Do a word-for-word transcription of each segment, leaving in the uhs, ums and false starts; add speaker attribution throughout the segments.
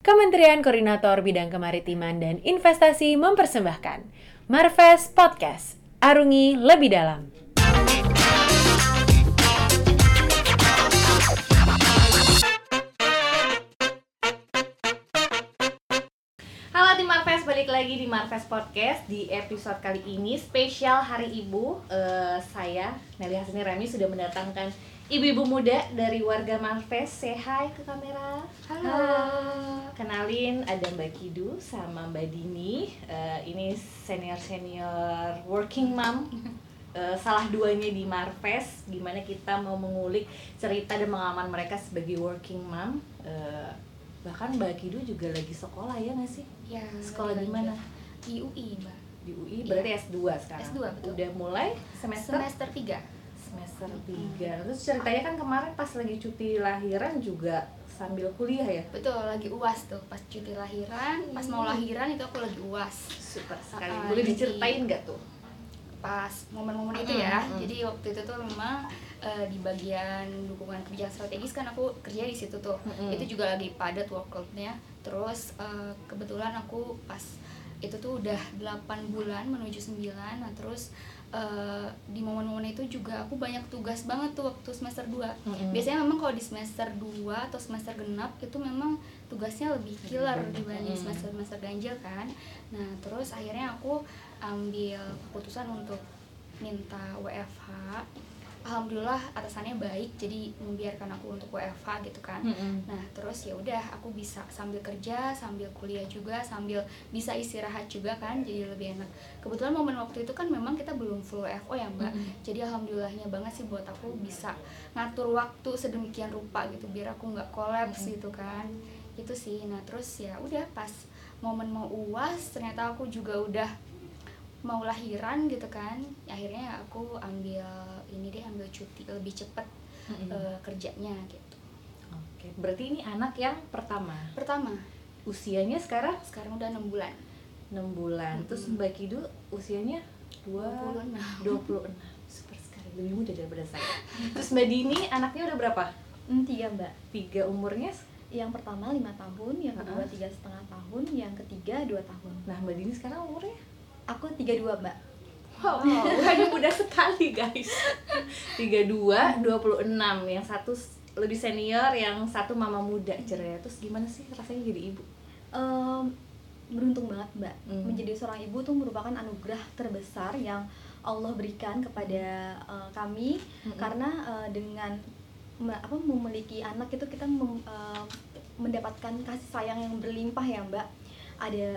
Speaker 1: Kementerian Koordinator Bidang Kemaritiman dan Investasi mempersembahkan Marves Podcast, Arungi Lebih Dalam.
Speaker 2: Halo tim Marves, balik lagi di Marves Podcast. Di episode kali ini spesial Hari Ibu. uh, Saya, Nelly Hasani Remi, sudah mendatangkan ibu-ibu muda dari warga Marves. Say hi ke kamera.
Speaker 3: Halo.
Speaker 2: Halo. Kenalin, ada Mbak Kidu sama Mbak Dini. uh, Ini senior-senior working mom, uh, salah duanya di Marves. Gimana kita mau mengulik cerita dan pengalaman mereka sebagai working mom. uh, Bahkan Mbak Kidu juga lagi sekolah, ya nggak sih?
Speaker 3: Ya,
Speaker 2: Sekolah di mana?
Speaker 3: Di U I, Mbak.
Speaker 2: Di U I, berarti
Speaker 3: Iya.
Speaker 2: S dua sekarang?
Speaker 3: S dua, betul.
Speaker 2: Udah mulai semester?
Speaker 3: Semester tiga.
Speaker 2: Semester tiga. Terus ceritanya kan kemarin pas lagi cuti lahiran juga sambil kuliah ya?
Speaker 3: Betul, lagi U A S tuh. Pas cuti lahiran, pas mau lahiran itu aku lagi U A S.
Speaker 2: Super sekali.
Speaker 3: Uh,
Speaker 2: Boleh
Speaker 3: jadi-
Speaker 2: diceritain nggak tuh?
Speaker 3: Pas momen-momen itu ya.
Speaker 2: Mm-mm.
Speaker 3: Jadi waktu itu tuh memang eh, di bagian dukungan kebijakan strategis kan aku kerja di situ tuh.
Speaker 2: Mm-mm.
Speaker 3: Itu juga lagi padat workload-nya. Terus eh, kebetulan aku pas itu tuh udah delapan bulan menuju sembilan. Nah, terus eh, di momen-momen itu juga aku banyak tugas banget tuh waktu semester dua.
Speaker 2: Mm-mm.
Speaker 3: Biasanya memang kalau di semester dua atau semester genap itu memang tugasnya lebih killer dibanding
Speaker 2: Mm.
Speaker 3: semester-semester ganjil kan. Nah, terus akhirnya aku ambil keputusan untuk minta W F H. Alhamdulillah atasannya baik, jadi membiarkan aku untuk W F H gitu kan.
Speaker 2: Mm-mm.
Speaker 3: Nah, terus ya udah aku bisa sambil kerja, sambil kuliah juga, sambil bisa istirahat juga kan, jadi lebih enak. Kebetulan momen waktu itu kan memang kita belum full W F O ya, Mbak.
Speaker 2: Mm-mm.
Speaker 3: Jadi alhamdulillahnya banget sih buat aku bisa ngatur waktu sedemikian rupa gitu biar aku nggak kolaps
Speaker 2: Mm-mm.
Speaker 3: gitu kan. Itu sih. Nah, terus ya udah pas momen mau U A S ternyata aku juga udah mau lahiran gitu kan. Akhirnya aku ambil ini deh, ambil cuti lebih cepet
Speaker 2: Mm-mm.
Speaker 3: eh, kerjanya gitu.
Speaker 2: Oke, berarti ini anak yang pertama.
Speaker 3: Pertama,
Speaker 2: Usianya sekarang
Speaker 3: sekarang udah enam bulan.
Speaker 2: enam bulan.
Speaker 3: Mm-mm.
Speaker 2: Terus Mbak Kidu usianya dua
Speaker 3: dua puluh enam.
Speaker 2: dua puluh enam. Super sekali, lebih muda daripada saya. Terus Mbak Dini anaknya udah berapa?
Speaker 4: Hmm, tiga mbak.
Speaker 2: Tiga, umurnya?
Speaker 4: Yang pertama lima tahun, yang kedua
Speaker 2: Ha-ha.
Speaker 4: tiga setengah tahun, yang ketiga dua tahun.
Speaker 2: Nah, Mbak Dini sekarang umurnya?
Speaker 4: Aku tiga dua mbak.
Speaker 2: Wow, hanya muda sekali guys. tiga puluh dua, dua puluh enam. Yang satu s- lebih senior, yang satu mama muda ceria. Terus gimana sih rasanya jadi ibu?
Speaker 4: Em, beruntung banget mbak.
Speaker 2: Hmm.
Speaker 4: Menjadi seorang ibu tuh merupakan anugerah terbesar yang Allah berikan kepada eh, kami.
Speaker 2: Mm-mm.
Speaker 4: Karena eh, dengan me- apa memiliki anak itu kita mem- eh, mendapatkan kasih sayang yang berlimpah ya mbak. Ada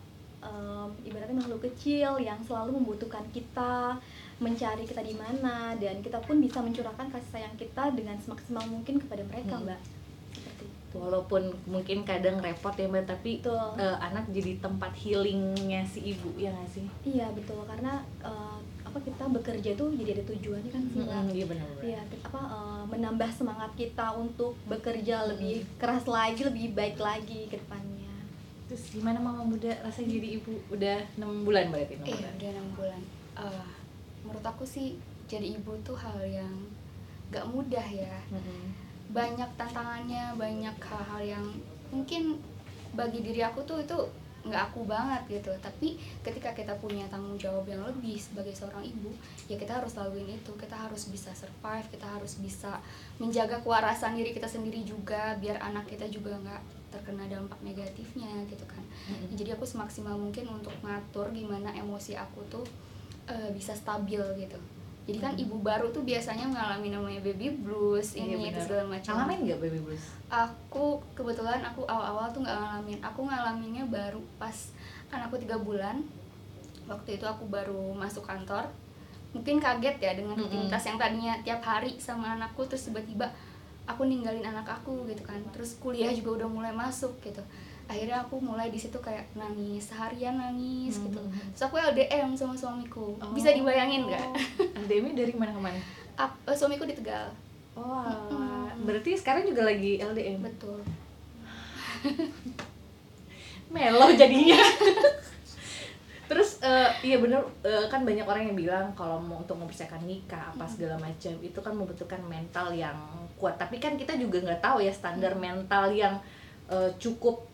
Speaker 4: em, ibaratnya makhluk kecil yang selalu membutuhkan kita, mencari kita di mana, dan kita pun bisa mencurahkan kasih sayang kita dengan semaksimal mungkin kepada mereka
Speaker 2: Hmm.
Speaker 4: mbak. Seperti itu.
Speaker 2: Walaupun mungkin kadang repot ya Mbak, tapi
Speaker 4: Betul.
Speaker 2: eh, anak jadi tempat healingnya si ibu, ya nggak sih?
Speaker 4: Iya betul, karena eh, apa kita bekerja tuh jadi ada tujuannya kan sih mbak.
Speaker 2: Mm-mm, iya benar.
Speaker 4: Iya, kita- apa eh, menambah semangat kita untuk bekerja
Speaker 2: Hmm.
Speaker 4: lebih keras lagi, lebih baik lagi ke depannya.
Speaker 2: Terus gimana mama muda rasanya jadi ibu? Udah enam bulan berarti enam
Speaker 3: Eh,
Speaker 2: bulan.
Speaker 3: udah enam bulan. Eh, menurut aku sih jadi ibu tuh hal yang gak mudah ya.
Speaker 2: Mm-mm.
Speaker 3: Banyak tantangannya, banyak hal-hal yang mungkin bagi diri aku tuh itu nggak aku banget gitu. Tapi ketika kita punya tanggung jawab yang lebih sebagai seorang ibu, ya kita harus laluin itu. Kita harus bisa survive, kita harus bisa menjaga kewarasan diri kita sendiri juga, biar anak kita juga nggak terkena dampak negatifnya gitu kan.
Speaker 2: Mm-mm.
Speaker 3: Jadi aku semaksimal mungkin untuk ngatur gimana emosi aku tuh eh, bisa stabil gitu. Jadi kan
Speaker 2: Hmm.
Speaker 3: ibu baru tuh biasanya mengalami namanya baby blues,
Speaker 2: Iya,
Speaker 3: ini itu
Speaker 2: benar.
Speaker 3: segala macam.
Speaker 2: Ngalamin nggak baby blues?
Speaker 3: Aku kebetulan aku awal-awal tuh nggak ngalamin. Aku ngalaminnya baru pas anakku tiga bulan. Waktu itu aku baru masuk kantor. Mungkin kaget ya dengan
Speaker 2: Mm-mm.
Speaker 3: rutinitas yang tadinya tiap hari sama anakku, terus tiba-tiba aku ninggalin anak aku gitu kan. Terus kuliah juga udah mulai masuk gitu. Akhirnya aku mulai di situ kayak nangis, seharian nangis gitu.
Speaker 2: Mhm.
Speaker 3: Terus aku L D M sama suamiku.
Speaker 2: Oh.
Speaker 3: Bisa dibayangin nggak?
Speaker 2: L D M-nya dari mana ke mana?
Speaker 3: Ap- eh, suamiku di Tegal.
Speaker 2: Oh, alah.
Speaker 3: Mm-mm.
Speaker 2: Berarti sekarang juga lagi L D M.
Speaker 3: Betul.
Speaker 2: Melo jadinya. Terus eh, iya bener, eh, kan banyak orang yang bilang kalau mau untuk mempersiapkan nikah apa segala macam itu kan membutuhkan mental yang kuat. Tapi kan kita juga nggak tahu ya standar mental yang eh, cukup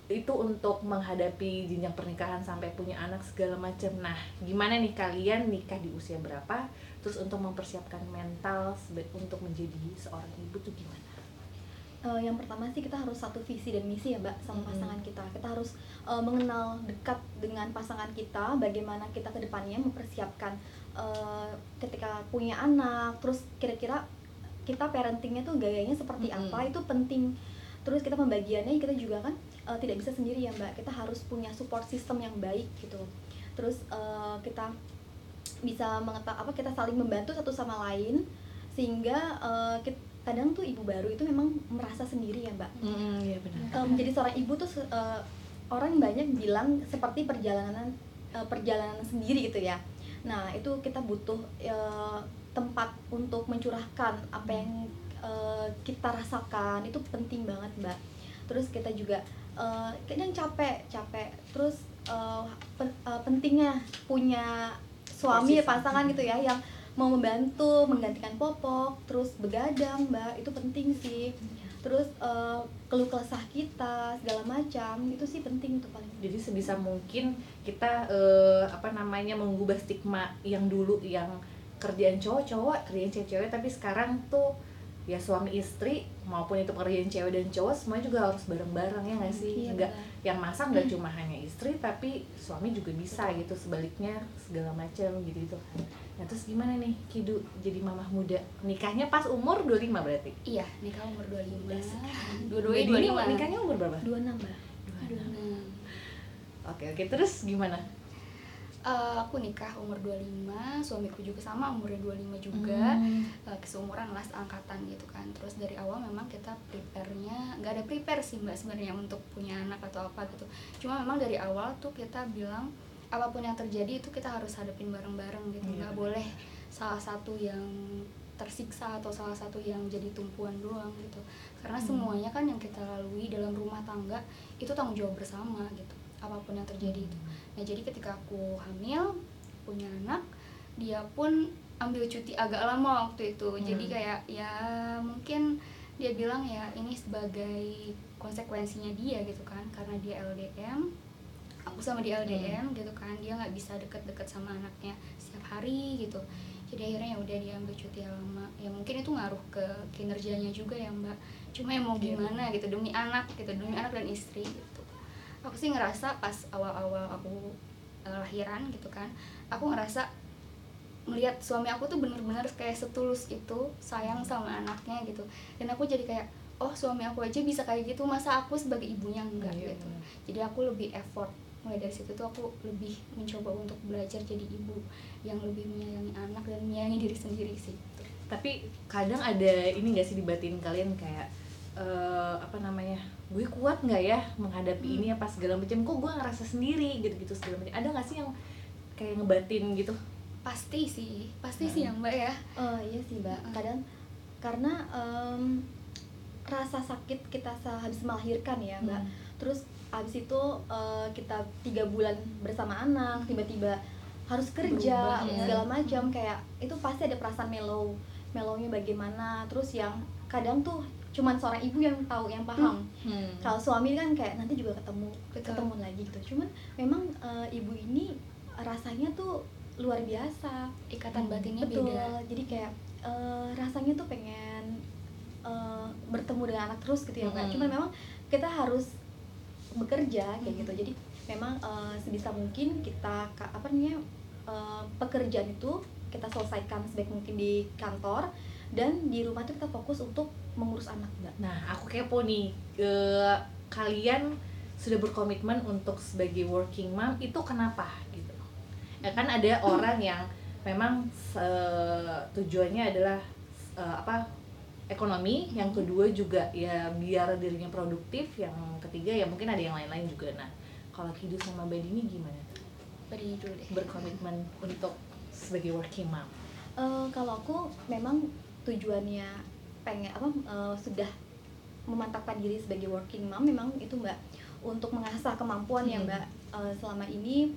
Speaker 2: itu untuk menghadapi jenjang pernikahan sampai punya anak segala macam. Nah, gimana nih kalian nikah di usia berapa? Terus untuk mempersiapkan mental sebe- untuk menjadi seorang ibu tuh gimana?
Speaker 4: Uh, yang pertama sih kita harus satu visi dan misi ya Mbak sama
Speaker 2: Mm-hmm.
Speaker 4: pasangan kita. Kita harus uh, mengenal dekat dengan pasangan kita, bagaimana kita ke depannya mempersiapkan uh, ketika punya anak, terus kira-kira kita parentingnya tuh gayanya seperti
Speaker 2: Mm-hmm.
Speaker 4: apa, itu penting. Terus kita pembagiannya kita juga kan uh, tidak bisa sendiri ya Mbak, kita harus punya support system yang baik gitu. Terus uh, kita bisa mengetahui apa kita saling membantu satu sama lain sehingga uh, kita, kadang tuh ibu baru itu memang merasa sendiri ya Mbak.
Speaker 2: Hmm, iya benar.
Speaker 4: Uh, menjadi seorang ibu tuh uh, orang banyak bilang seperti perjalanan uh, perjalanan sendiri gitu ya. Nah itu kita butuh uh, tempat untuk mencurahkan apa yang uh, kita rasakan, itu penting banget Mbak. Terus kita juga uh, kadang capek capek terus uh, pen, uh, pentingnya punya suami pasangan gitu ya yang mau membantu menggantikan popok, terus begadang Mbak, itu penting sih. Terus uh, keluh kesah kita segala macam itu sih penting tuh paling.
Speaker 2: Jadi sebisa mungkin kita uh, apa namanya mengubah stigma yang dulu yang kerjaan cowok-cowok, kerjaan cewek-cewek, tapi sekarang tuh ya suami istri maupun itu pekerjaan cewek dan cowok semua juga harus bareng-bareng ya nggak sih?
Speaker 4: Iya,
Speaker 2: Nggak
Speaker 4: benar.
Speaker 2: yang masak nggak cuma hanya istri tapi suami juga bisa gitu, sebaliknya segala macam gitu gitu kan. Nah terus gimana nih Kidu jadi mamah muda, nikahnya pas umur dua puluh lima berarti?
Speaker 3: Iya, nikah umur dua puluh lima.
Speaker 2: Dua-duanya
Speaker 3: Dua-duanya dua puluh lima.
Speaker 2: nikahnya umur berapa?
Speaker 4: dua puluh enam Mbak.
Speaker 3: Aduh.
Speaker 2: Oke oke terus gimana?
Speaker 3: Uh, aku nikah umur dua puluh lima, suamiku juga sama umurnya dua puluh lima juga.
Speaker 2: Hmm.
Speaker 3: Uh, keseumuran lah angkatan gitu kan. Terus dari awal memang kita prepare-nya nggak ada prepare sih Mbak sebenarnya untuk punya anak atau apa gitu. Cuma memang dari awal tuh kita bilang apapun yang terjadi itu kita harus hadapin bareng-bareng gitu. Nggak
Speaker 2: Iya.
Speaker 3: boleh salah satu yang tersiksa atau salah satu yang jadi tumpuan doang gitu. Karena
Speaker 2: Hmm.
Speaker 3: semuanya kan yang kita lalui dalam rumah tangga itu tanggung jawab bersama gitu. Apapun yang terjadi itu. Nah jadi ketika aku hamil punya anak, dia pun ambil cuti agak lama waktu itu.
Speaker 2: Hmm.
Speaker 3: Jadi kayak ya mungkin dia bilang ya ini sebagai konsekuensinya dia gitu kan, karena dia L D M, aku sama dia L D M gitu kan, dia nggak bisa deket-deket sama anaknya setiap hari gitu. Jadi akhirnya ya udah dia ambil cuti lama. Ya mungkin itu ngaruh ke kinerjanya juga ya Mbak. Cuma ya mau gimana gitu demi anak gitu, demi anak dan istri gitu. Aku sih ngerasa pas awal-awal aku uh, lahiran gitu kan, aku ngerasa melihat suami aku tuh bener-bener kayak setulus itu sayang sama anaknya gitu. Dan aku jadi kayak, oh suami aku aja bisa kayak gitu, masa aku sebagai ibunya enggak
Speaker 2: Iya,
Speaker 3: gitu.
Speaker 2: bener.
Speaker 3: Jadi aku lebih effort. Mulai dari situ tuh aku lebih mencoba untuk belajar jadi ibu yang lebih menyayangi anak dan menyayangi diri sendiri sih.
Speaker 2: Tapi kadang ada ini nggak sih di batin kalian kayak uh, apa namanya, gue kuat nggak ya menghadapi
Speaker 3: Hmm.
Speaker 2: ini apa segala macam, kok gue ngerasa sendiri gitu-gitu segala macam. Ada nggak sih yang kayak ngebatin gitu?
Speaker 3: Pasti sih, pasti
Speaker 2: Hmm.
Speaker 3: sih ya Mbak ya.
Speaker 4: Oh iya sih Mbak,
Speaker 3: Mm-mm.
Speaker 4: kadang karena em, rasa sakit kita sa- habis melahirkan ya Mbak.
Speaker 2: Hmm.
Speaker 4: Terus habis itu eh, kita tiga bulan bersama anak, tiba-tiba harus kerja
Speaker 3: Berubah, ya.
Speaker 4: segala macam, kayak itu pasti ada perasaan mellow, mellownya bagaimana. Terus yang kadang tuh cuman seorang ibu yang tahu, yang paham.
Speaker 2: Hmm.
Speaker 4: Kalau suami kan kayak nanti juga ketemu,
Speaker 3: Betul.
Speaker 4: ketemu lagi gitu. Cuman memang eh, ibu ini rasanya tuh luar biasa.
Speaker 3: Ikatan batinnya
Speaker 4: Betul,
Speaker 3: beda.
Speaker 4: jadi kayak eh, rasanya tuh pengen eh, bertemu dengan anak terus gitu ya Mbak.
Speaker 2: Mm-mm.
Speaker 4: Cuman memang kita harus bekerja kayak
Speaker 3: Mm-mm.
Speaker 4: gitu. Jadi memang eh, sebisa mungkin kita ka- apa namanya eh, pekerjaan itu kita selesaikan sebaik mungkin di kantor, dan di rumah tuh kita fokus untuk mengurus anak Mbak.
Speaker 2: Nah aku kepo nih, ke kalian sudah berkomitmen untuk sebagai working mom itu kenapa gitu? Ya kan ada orang yang memang eh, tujuannya adalah eh, apa ekonomi, yang kedua juga ya biar dirinya produktif, yang ketiga ya mungkin ada yang lain-lain juga. Nah kalau Kidu sama Mbak Dini gimana
Speaker 3: Beri dulu deh.
Speaker 2: berkomitmen untuk sebagai working mom?
Speaker 4: Eh, kalau aku memang tujuannya pengen apa eh, sudah memantapkan diri sebagai working mom, memang itu Mbak untuk mengasah kemampuan ya
Speaker 2: Hmm.
Speaker 4: Mbak. Eh, selama ini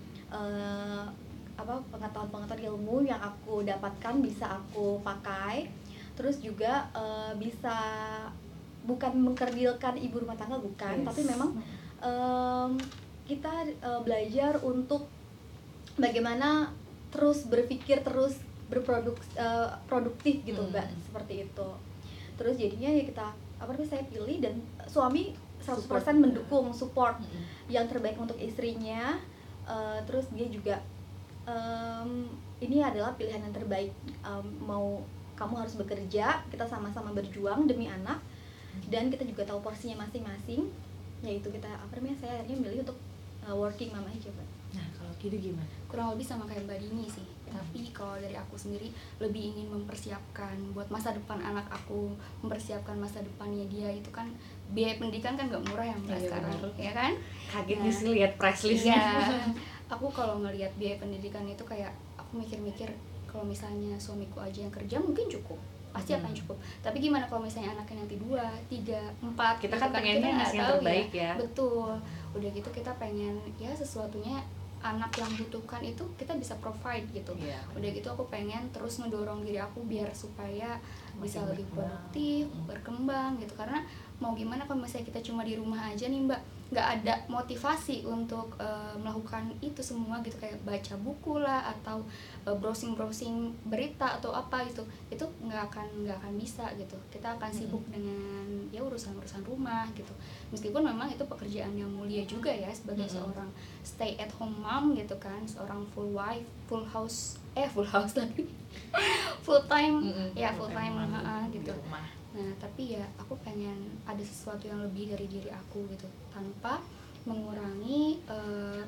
Speaker 4: eh, apa pengetahuan-pengetahuan ilmu yang aku dapatkan bisa aku pakai, terus juga eh, bisa bukan mengkerdilkan ibu rumah tangga bukan,
Speaker 2: Yes.
Speaker 4: tapi memang um, kita uh, belajar untuk bagaimana terus berpikir, terus berproduk uh, produktif gitu
Speaker 2: Hmm.
Speaker 4: Mbak, seperti itu. Terus jadinya ya kita apa namanya saya pilih, dan suami seratus persen
Speaker 2: Support.
Speaker 4: mendukung, support
Speaker 2: Mm-mm.
Speaker 4: yang terbaik untuk istrinya. Uh, terus dia juga um, ini adalah pilihan yang terbaik, um, mau kamu harus bekerja, kita sama-sama berjuang demi anak, dan kita juga tahu porsinya masing-masing, yaitu kita apa namanya saya akhirnya milih untuk uh, working mama aja Mbak.
Speaker 2: Nah, kalau Kidu gimana?
Speaker 3: Kurang lebih sama kayak Mbak Dini sih, tapi kalau dari aku sendiri lebih ingin mempersiapkan buat masa depan anak aku, mempersiapkan masa depannya dia. Itu kan biaya pendidikan kan nggak murah ya Mbak
Speaker 2: Iya,
Speaker 3: sekarang,
Speaker 2: benar.
Speaker 3: ya kan?
Speaker 2: Kaget
Speaker 3: Nah,
Speaker 2: nih sih lihat price listnya.
Speaker 3: Iya, aku kalau ngelihat biaya pendidikan itu kayak aku mikir-mikir kalau misalnya suamiku aja yang kerja mungkin cukup, pasti akan
Speaker 2: Hmm.
Speaker 3: cukup. Tapi gimana kalau misalnya anaknya nanti dua, tiga, empat?
Speaker 2: Kita
Speaker 3: gitu
Speaker 2: kan pengennya
Speaker 3: nggak
Speaker 2: ngasih yang
Speaker 3: tahu
Speaker 2: terbaik ya.
Speaker 3: Betul. Udah gitu kita pengen ya sesuatunya anak yang butuhkan itu kita bisa provide gitu.
Speaker 2: Iya.
Speaker 3: Udah gitu aku pengen terus ngedorong diri aku biar supaya bisa
Speaker 2: Makin
Speaker 3: lebih
Speaker 2: berkembang.
Speaker 3: produktif,
Speaker 2: Mm.
Speaker 3: berkembang gitu. Karena mau gimana kalau misalnya kita cuma di rumah aja nih Mbak, nggak ada motivasi untuk uh, melakukan itu semua gitu, kayak baca buku lah atau uh, browsing-browsing berita atau apa gitu, itu nggak akan nggak akan bisa gitu. Kita akan sibuk dengan ya urusan-urusan rumah gitu. Meskipun memang itu pekerjaan yang mulia juga ya sebagai
Speaker 2: Mm-mm.
Speaker 3: seorang stay at home mom gitu kan, seorang full wife, full house, eh full house lagi, full time,
Speaker 2: Mm-mm.
Speaker 3: ya full time
Speaker 2: Emang
Speaker 3: ha-ha,
Speaker 2: di
Speaker 3: gitu.
Speaker 2: rumah.
Speaker 3: Nah tapi ya aku pengen ada sesuatu yang lebih dari diri aku gitu, tanpa mengurangi eh,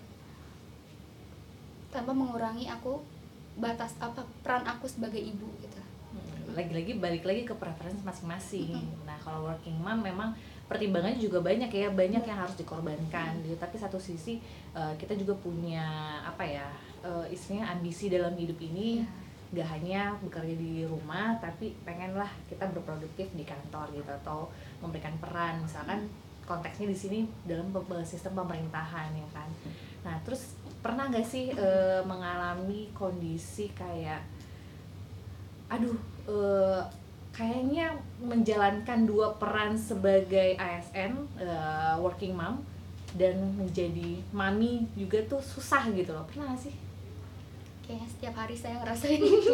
Speaker 3: tanpa mengurangi aku batas apa peran aku sebagai ibu gitu.
Speaker 2: Lagi-lagi balik lagi ke preferensi masing-masing.
Speaker 3: Mm-mm.
Speaker 2: Nah, kalau working mom memang pertimbangannya juga banyak ya, banyak yang harus dikorbankan gitu. Tapi satu sisi eh, kita juga punya apa ya, eh, istilahnya ambisi dalam hidup ini.
Speaker 3: Ya.
Speaker 2: Gak hanya bekerja di rumah, tapi pengenlah kita berproduktif di kantor gitu, atau memberikan peran, misalkan konteksnya di sini dalam pe- sistem pemerintahan ya kan. Nah terus pernah nggak sih e, mengalami kondisi kayak, aduh e, kayaknya menjalankan dua peran sebagai A S N, e, working mom, dan menjadi mami juga tuh susah gitu loh, pernah nggak sih?
Speaker 3: Kayaknya setiap hari saya ngerasain itu.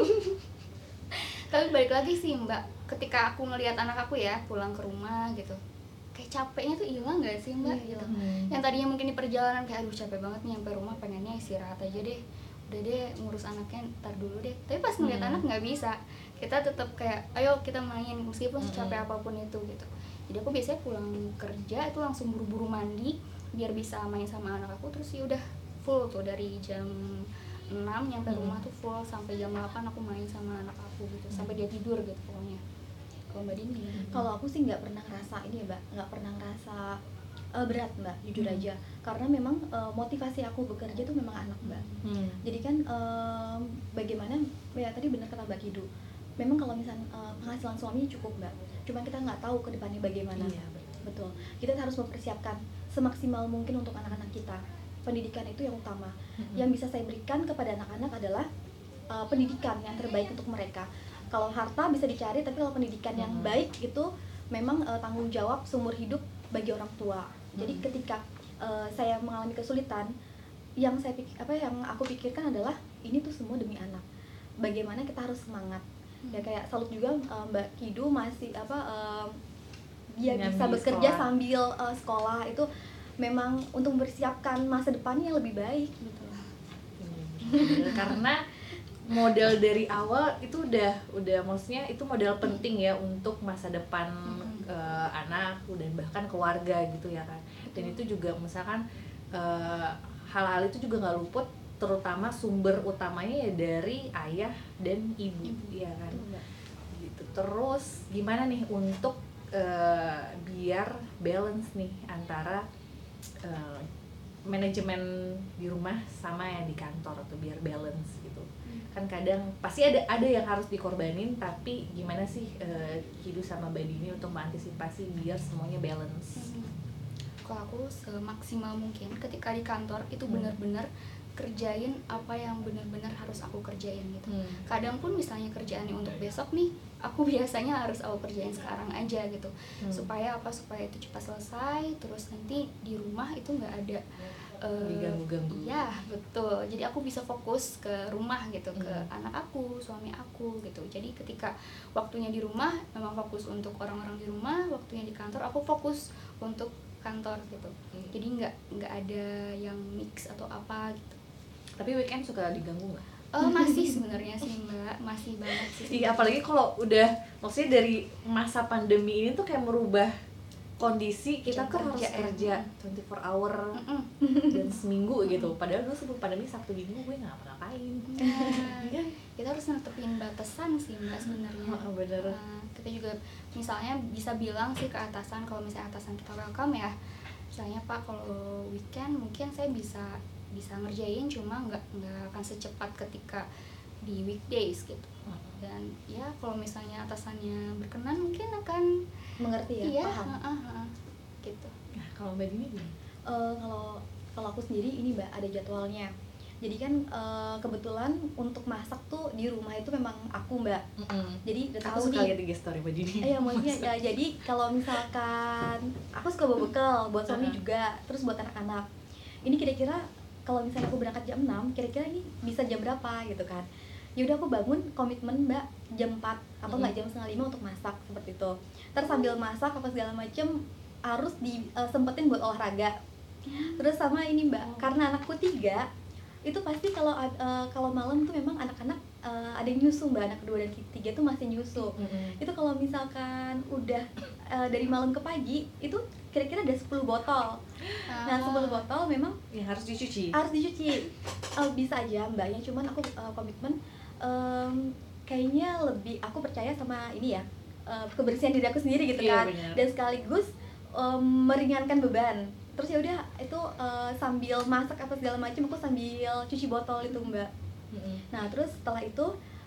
Speaker 3: Tapi balik lagi sih Mbak, ketika aku ngelihat anak aku ya pulang ke rumah gitu, kayak capeknya tuh hilang gak sih Mbak?
Speaker 4: Iya,
Speaker 3: Gitu.
Speaker 2: Hmm.
Speaker 3: Yang tadinya mungkin di perjalanan kayak aduh capek banget nih sampai rumah, pengennya istirahat aja deh, udah deh ngurus anaknya ntar dulu deh. Tapi pas ngeliat
Speaker 2: Hmm.
Speaker 3: anak nggak bisa, kita tetap kayak ayo kita main meskipun secapek
Speaker 2: Hmm.
Speaker 3: apapun itu gitu. Jadi aku biasanya pulang kerja itu langsung buru-buru mandi biar bisa main sama anak aku, terus ya udah full tuh dari jam enam nyampe
Speaker 2: Hmm.
Speaker 3: rumah tuh full sampai jam delapan aku main sama anak aku gitu, sampai dia tidur gitu pokoknya. Kalau Mbak Dini gimana?
Speaker 4: Kalau aku sih nggak pernah ngerasa ini ya Mbak, nggak pernah ngerasa uh, berat Mbak, jujur
Speaker 3: Hmm.
Speaker 4: aja. Karena memang uh, motivasi aku bekerja tuh memang anak Mbak.
Speaker 2: Hmm.
Speaker 4: Jadi kan um, bagaimana, ya tadi benar kata Mbak Kidu, memang kalau misalnya uh, penghasilan suami cukup Mbak, cuma kita nggak tahu ke depannya bagaimana.
Speaker 2: Iya,
Speaker 4: Betul. Kita harus mempersiapkan semaksimal mungkin untuk anak-anak kita. Pendidikan itu yang utama.
Speaker 2: Mm-mm.
Speaker 4: Yang bisa saya berikan kepada anak-anak adalah uh, pendidikan yang terbaik untuk mereka. Kalau harta bisa dicari, tapi kalau pendidikan yang
Speaker 2: Mm-mm.
Speaker 4: baik itu memang uh, tanggung jawab seumur hidup bagi orang tua. Jadi
Speaker 2: Mm-mm.
Speaker 4: ketika uh, saya mengalami kesulitan, yang saya pikir apa yang aku pikirkan adalah ini tuh semua demi anak. Bagaimana kita harus semangat. Ya kayak salut juga uh, Mbak Kidu masih apa um, dia
Speaker 2: Nyambi
Speaker 4: bisa bekerja
Speaker 2: sekolah.
Speaker 4: sambil uh, sekolah, itu memang untuk mempersiapkan masa depannya yang lebih baik.
Speaker 3: Betul.
Speaker 2: Bener, karena modal dari awal itu udah udah maksudnya itu modal penting ya untuk masa depan
Speaker 3: Mhm.
Speaker 2: eh, anak dan bahkan keluarga gitu ya kan. Dan itu juga misalkan eh, hal-hal itu juga nggak luput, terutama sumber utamanya ya dari ayah dan ibu,
Speaker 3: Ibu.
Speaker 2: ya kan.
Speaker 4: Betul, Mbak.
Speaker 2: Gitu. Terus gimana nih untuk eh, biar balance nih antara eh, manajemen di rumah sama yang di kantor, atau biar balance gitu. Kan kadang pasti ada ada yang harus dikorbanin, tapi gimana sih eh, Kidu sama Mbak Dini untuk mengantisipasi biar semuanya balance?
Speaker 3: Hmm. Kalau aku semaksimal mungkin ketika di kantor itu
Speaker 2: Hmm.
Speaker 3: benar-benar kerjain apa yang benar-benar harus aku kerjain gitu.
Speaker 2: Hmm.
Speaker 3: Kadang pun misalnya kerjaannya untuk besok nih, aku biasanya harus aku kerjain sekarang aja gitu.
Speaker 2: Hmm.
Speaker 3: Supaya apa? Supaya itu cepat selesai, terus nanti di rumah itu nggak ada uh,
Speaker 2: diganggu-ganggu.
Speaker 3: Iya, betul. Jadi aku bisa fokus ke rumah gitu,
Speaker 2: Hmm.
Speaker 3: ke anak aku, suami aku gitu. Jadi ketika waktunya di rumah memang fokus untuk orang-orang di rumah, waktunya di kantor aku fokus untuk kantor gitu.
Speaker 2: Hmm.
Speaker 3: Jadi nggak nggak ada yang mix atau apa gitu.
Speaker 2: Tapi weekend suka diganggu nggak?
Speaker 3: Oh, masih sebenarnya sih Mbak, masih banget sih.
Speaker 2: Iya, apalagi kalau udah maksudnya dari masa pandemi ini tuh kayak merubah kondisi kita
Speaker 3: Jam
Speaker 2: tuh harus
Speaker 3: kerja, ya.
Speaker 2: kerja dua puluh empat hour
Speaker 3: Mm-mm.
Speaker 2: dan seminggu gitu. Padahal dulu sebelum pandemi Sabtu Minggu gue nggak ngapa-ngapain.
Speaker 3: Nah, kita harus netepin batasan sih Mbak sebenarnya.
Speaker 2: Oh, bener.
Speaker 3: Nah, kita juga misalnya bisa bilang sih ke atasan, kalau misalnya atasan kita welcome ya, misalnya Pak kalau weekend mungkin saya bisa bisa ngerjain, cuma nggak nggak akan secepat ketika di weekdays gitu. Dan ya kalau misalnya atasannya berkenan mungkin akan
Speaker 4: Mengerti ya,
Speaker 3: iya,
Speaker 4: paham.
Speaker 3: uh, uh, uh, gitu.
Speaker 2: Nah, kalau Mbak Dini gimana?
Speaker 4: Eh, kalau kalau aku sendiri ini Mbak ada jadwalnya. Jadi kan eh, kebetulan untuk masak tuh di rumah itu memang aku Mbak. Jadi udah
Speaker 2: Aku
Speaker 4: tahu
Speaker 2: suka
Speaker 4: nih.
Speaker 2: lihat I G story Mbak Dini.
Speaker 4: Iya, maksudnya ya, jadi kalau misalkan aku suka bawa bekal buat suami
Speaker 2: Uh-huh.
Speaker 4: juga, terus buat anak-anak. Ini kira-kira kalau misalnya aku berangkat jam enam, kira-kira ini bisa jam berapa gitu kan. Ya udah aku bangun komitmen Mbak jam empat atau
Speaker 2: Mm-hmm.
Speaker 4: enggak jam setengah lima untuk masak seperti itu. Terus sambil masak apa segala macem harus disempetin buat olahraga. Terus sama ini Mbak, karena anakku tiga, itu pasti kalau uh, kalau malam tuh memang anak-anak uh, ada yang nyusu Mbak, anak kedua dan ketiga tuh masih nyusu.
Speaker 2: Mm-mm.
Speaker 4: Itu kalau misalkan udah uh, dari malam ke pagi itu kira-kira ada sepuluh botol. Nah, sepuluh botol memang
Speaker 2: Ya harus dicuci.
Speaker 4: harus dicuci. Uh, bisa aja Mbaknya, cuman aku uh, komitmen um, kayaknya lebih aku percaya sama ini ya, uh, kebersihan diri aku sendiri gitu
Speaker 2: Iya,
Speaker 4: kan.
Speaker 2: benar.
Speaker 4: Dan sekaligus um, meringankan beban. Terus ya udah itu uh, sambil masak apa segala macam aku sambil cuci botol itu Mbak.
Speaker 2: Mm-mm.
Speaker 4: Nah terus setelah itu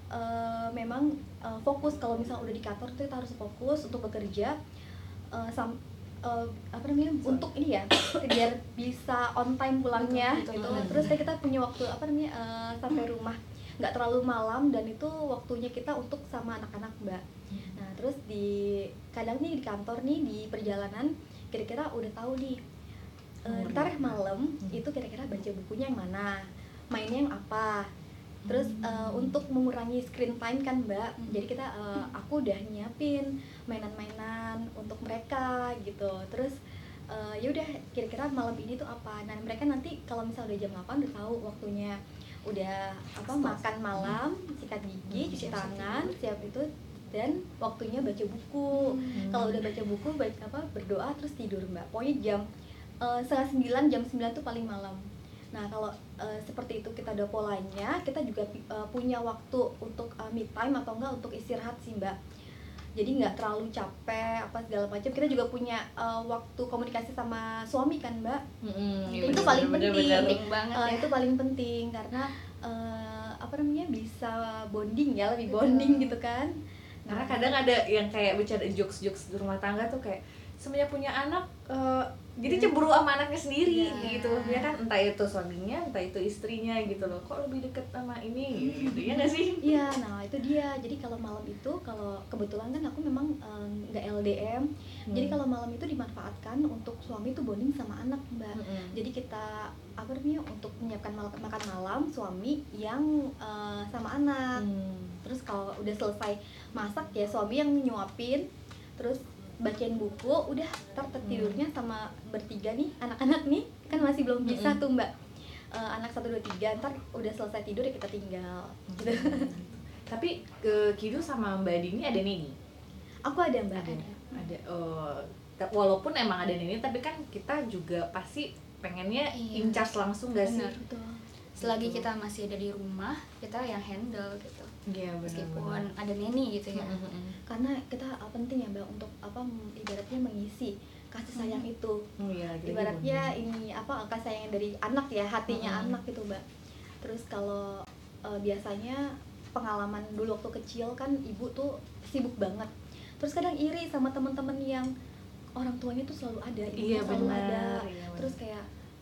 Speaker 4: uh, memang uh, fokus, kalau misalnya udah di kantor tuh kita harus fokus untuk bekerja uh, sam uh, apa namanya
Speaker 2: Sorry.
Speaker 4: untuk ini ya biar bisa on time pulangnya
Speaker 3: Betul,
Speaker 4: gitu.
Speaker 3: betul.
Speaker 4: Terus kita punya waktu apa namanya uh, sampai rumah nggak terlalu malam, dan itu waktunya kita untuk sama anak-anak Mbak. Nah terus di kadang nih di kantor nih di perjalanan kira-kira udah tahu nih uh, ntar malam itu kira-kira baca bukunya yang mana, mainnya yang apa. Terus uh, untuk mengurangi screen time kan Mbak, jadi kita uh, aku udah nyiapin mainan-mainan untuk mereka gitu. Terus uh, ya udah kira-kira malam ini tuh apa. Nah mereka nanti kalau misalnya udah jam delapan udah tahu waktunya, udah apa makan malam, sikat gigi, cuci tangan, siap itu, dan waktunya baca buku. Kalau udah baca buku, baca apa berdoa terus tidur Mbak. Pokoknya jam uh, setengah sembilan, jam sembilan tuh paling malam. Nah kalau uh, seperti itu kita udah polanya, kita juga uh, punya waktu untuk uh, me time atau enggak untuk istirahat sih Mbak. Jadi nggak terlalu capek apa segala macam. Kita juga punya uh, waktu komunikasi sama suami kan Mbak.
Speaker 2: Mm-mm.
Speaker 4: Itu
Speaker 2: Iya,
Speaker 4: paling
Speaker 2: bener,
Speaker 4: penting.
Speaker 2: bener, bener.
Speaker 3: Penting banget
Speaker 4: Uh,
Speaker 3: ya.
Speaker 4: itu paling penting karena uh, apa namanya bisa bonding ya, lebih
Speaker 3: Betul.
Speaker 4: bonding gitu kan.
Speaker 2: Karena kadang ada yang kayak bercanda jokes-jokes di rumah tangga tuh kayak semenjak punya anak uh, jadi cemburu sama anaknya sendiri
Speaker 3: Iya.
Speaker 2: gitu ya kan, entah itu suaminya entah itu istrinya gitu loh, kok lebih deket sama ini gitu ya nggak sih?
Speaker 4: Iya, nah itu dia. Jadi kalau malam itu, kalau kebetulan kan aku memang eh, nggak L D M,
Speaker 2: Hmm.
Speaker 4: jadi kalau malam itu dimanfaatkan untuk suami itu bonding sama anak Mbak.
Speaker 2: Mm-mm.
Speaker 4: Jadi kita apa namanya untuk menyiapkan mal- makan malam suami yang eh, sama anak.
Speaker 2: Hmm.
Speaker 4: Terus kalau udah selesai masak ya suami yang nyuapin, terus bacain buku, udah ntar tidurnya sama bertiga nih anak-anak nih kan masih belum bisa
Speaker 2: Mm-mm.
Speaker 4: tuh Mbak. Eh, anak satu dua tiga ntar udah selesai tidur ya kita tinggal gitu.
Speaker 2: Tapi ke Kidu sama Mbak Dini ada Nini?
Speaker 4: Aku ada Mbak.
Speaker 2: Ada. Ada. Oh, ta- walaupun emang ada Nini tapi kan kita juga pasti pengennya
Speaker 3: Iya.
Speaker 2: in charge langsung gak sih?
Speaker 3: Benar.
Speaker 4: Betul.
Speaker 3: Selagi
Speaker 2: Gitu.
Speaker 3: kita masih ada di rumah, kita yang handle gitu.
Speaker 2: Iya
Speaker 3: Meskipun ada neni gitu ya.
Speaker 4: Karena kita uh, penting ya Mbak untuk apa m- ibaratnya mengisi kasih sayang itu.
Speaker 2: Oh iya, lagi-lagi
Speaker 4: Ibaratnya
Speaker 2: bonding.
Speaker 4: ini apa kasih sayang dari anak ya, hatinya
Speaker 2: Mm-mm.
Speaker 4: anak gitu Mbak. Terus kalau uh, biasanya pengalaman dulu waktu kecil kan ibu tuh sibuk banget. Terus kadang iri sama teman-teman yang orang tuanya tuh selalu ada, ibunya
Speaker 2: Iya,
Speaker 4: selalu
Speaker 2: benar.
Speaker 4: ada.
Speaker 2: Iya, benar.
Speaker 4: Terus kayak e,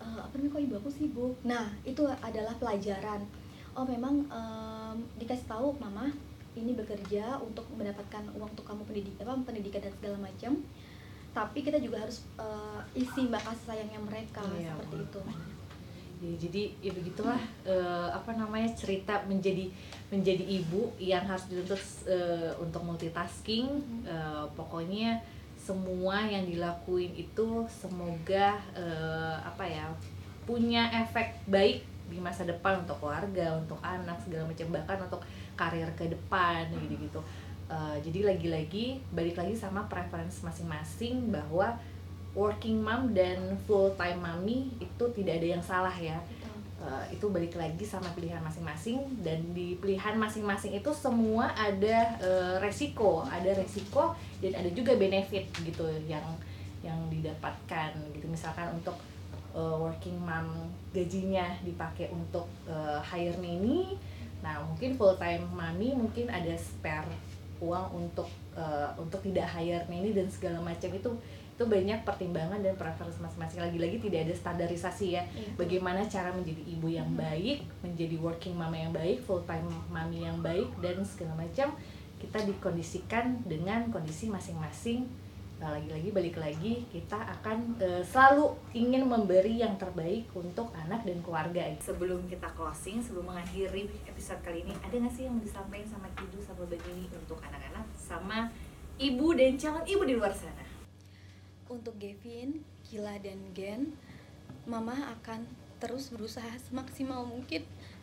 Speaker 4: "Eh, apa namanya, kok ibu aku sibuk?" Nah, itu adalah pelajaran. Oh, memang em, dikasih tahu, "Mama ini bekerja untuk mendapatkan uang untuk kamu pendidik apa pendidikan dan segala macam, tapi kita juga harus eh, isi mbak kasih sayangnya mereka."
Speaker 2: Iya,
Speaker 4: Seperti itu.
Speaker 2: Ya, jadi ya begitulah eh, apa namanya cerita menjadi menjadi ibu yang harus dituntut eh, untuk multitasking. Eh, pokoknya semua yang dilakuin itu semoga eh, apa ya punya efek baik di masa depan untuk keluarga, untuk anak segala macam, bahkan untuk karir ke depan gitu-gitu. Eh, jadi lagi-lagi balik lagi sama preference masing-masing bahwa working mom dan full time mommy itu tidak ada yang salah ya. Uh, itu balik lagi sama pilihan masing-masing, dan di pilihan masing-masing itu semua ada uh, resiko, ada resiko dan ada juga benefit gitu yang yang didapatkan gitu. Misalkan untuk uh, working mom gajinya dipakai untuk uh, hire nanny, nah mungkin full time mommy mungkin ada spare uang untuk uh, untuk tidak hire nanny dan segala macam. itu itu banyak pertimbangan dan preferensi masing-masing. Lagi-lagi tidak ada standarisasi ya. Iya. Bagaimana cara menjadi ibu yang baik, menjadi working mama yang baik, full time mami yang baik dan segala macam, kita dikondisikan dengan kondisi masing-masing. Nah, lagi-lagi balik lagi kita akan uh, selalu ingin memberi yang terbaik untuk anak dan keluarga. Sebelum kita closing, sebelum mengakhiri episode kali ini, ada nggak sih yang mau disampaikan sama Kidu sama Bagini untuk anak-anak sama ibu dan calon ibu di luar sana?
Speaker 4: Untuk Gavin, Kila, dan Gen, Mama akan terus berusaha semaksimal mungkin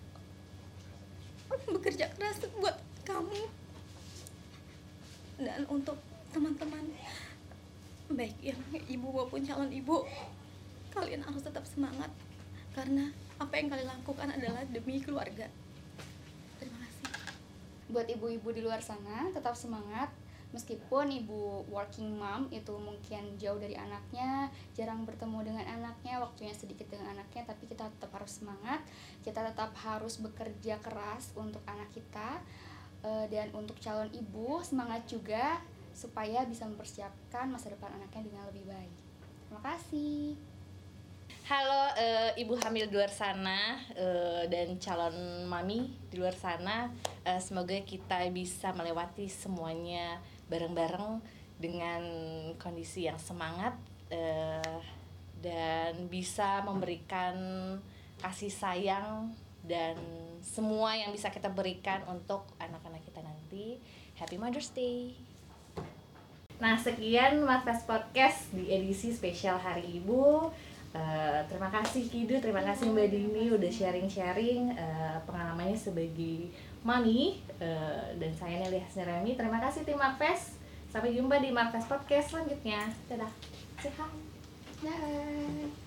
Speaker 4: bekerja keras buat kamu. Dan untuk teman-teman, baik yang ibu maupun calon ibu, kalian harus tetap semangat, karena apa yang kalian lakukan adalah demi keluarga. Terima kasih.
Speaker 3: Buat ibu-ibu di luar sana, tetap semangat. Meskipun ibu working mom itu mungkin jauh dari anaknya, jarang bertemu dengan anaknya, waktunya sedikit dengan anaknya, tapi kita tetap harus semangat. Kita tetap harus bekerja keras untuk anak kita. Dan untuk calon ibu, semangat juga supaya bisa mempersiapkan masa depan anaknya dengan lebih baik. Terima kasih.
Speaker 2: Halo uh, ibu hamil di luar sana uh, dan calon mami di luar sana, uh, semoga kita bisa melewati semuanya bareng-bareng dengan kondisi yang semangat uh, dan bisa memberikan kasih sayang dan semua yang bisa kita berikan untuk anak-anak kita nanti. Happy Mother's Day. Nah, sekian Marves Podcast di edisi spesial Hari Ibu. Uh, terima kasih Kidu, terima kasih Mbak Dini udah sharing-sharing uh, pengalamannya sebagai mami, uh, dan saya Nelly Hasnirami. Terima kasih tim Marves. Sampai jumpa di Marves Podcast selanjutnya. Dadah. Say hi.
Speaker 3: Dah.